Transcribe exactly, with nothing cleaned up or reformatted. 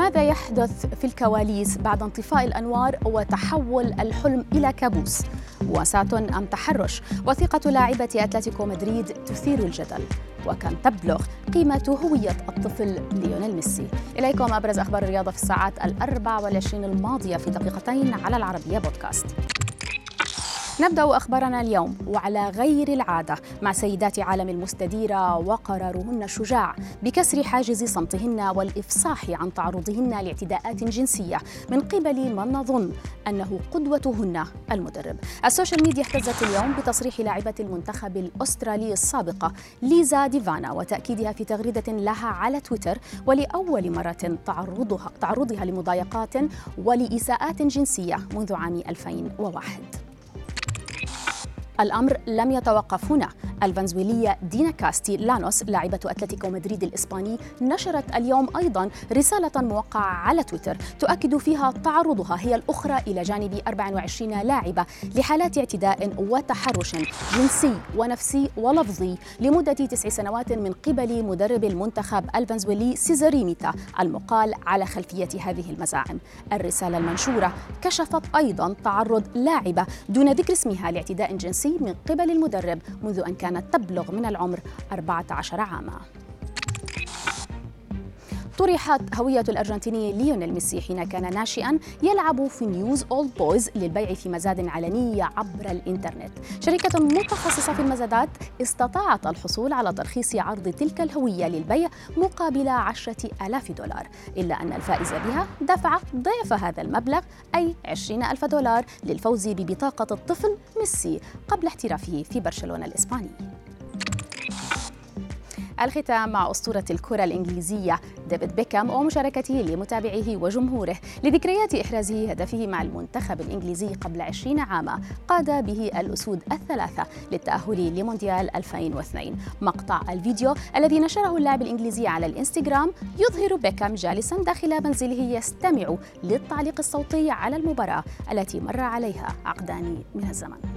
ماذا يحدث في الكواليس بعد انطفاء الأنوار وتحول الحلم إلى كابوس؟ مواساة أم تحرش؟ وثيقة لاعبة أتلتيكو مدريد تثير الجدل، وكم تبلغ قيمة هوية الطفل ليونيل ميسي؟ إليكم أبرز أخبار الرياضة في الساعات الأربع والعشرين الماضية في دقيقتين على العربية بودكاست. نبدأ أخبارنا اليوم وعلى غير العادة مع سيدات عالم المستديرة وقرارهن الشجاع بكسر حاجز صمتهن والإفصاح عن تعرضهن لاعتداءات جنسية من قبل من نظن أنه قدوتهن المدرب. السوشيال ميديا اهتزت اليوم بتصريح لاعبة المنتخب الأسترالي السابقة ليزا ديفانا وتأكيدها في تغريدة لها على تويتر ولأول مرة تعرضها تعرضها لمضايقات ولإساءات جنسية منذ عام ألفين وواحد. الأمر لم يتوقف هنا. الفنزويلية دينا كاستي لانوس لاعبة أتلتيكو مدريد الإسباني نشرت اليوم أيضاً رسالة موقعة على تويتر تؤكد فيها تعرضها هي الأخرى إلى جانب أربع وعشرين لاعبة لحالات اعتداء وتحرش جنسي ونفسي ولفظي لمدة تسع سنوات من قبل مدرب المنتخب الفنزويلي سيزر ميتا المقال على خلفية هذه المزاعم. الرسالة المنشورة كشفت أيضاً تعرض لاعبة دون ذكر اسمها لاعتداء جنسي من قبل المدرب منذ أن كانت تبلغ من العمر أربعة عشر عاماً. طرحت هوية الأرجنتيني ليونيل ميسي حين كان ناشئاً يلعب في نيوز أولد بويز للبيع في مزاد علني عبر الإنترنت. شركة متخصصة في المزادات استطاعت الحصول على ترخيص عرض تلك الهوية للبيع مقابل عشرة آلاف دولار، إلا أن الفائز بها دفع ضعف هذا المبلغ أي عشرين ألف دولار للفوز ببطاقة الطفل ميسي قبل احترافه في برشلونة الإسباني. الختام مع أسطورة الكرة الإنجليزية ديفيد بيكهام ومشاركته لمتابعيه وجمهوره لذكريات إحرازه هدفه مع المنتخب الإنجليزي قبل عشرين عاما قاد به الأسود الثلاثة للتأهل لمونديال ألفين واثنين. مقطع الفيديو الذي نشره اللاعب الإنجليزي على الإنستغرام يظهر بيكهام جالسا داخل منزله يستمع للتعليق الصوتي على المباراة التي مر عليها عقدان من الزمن.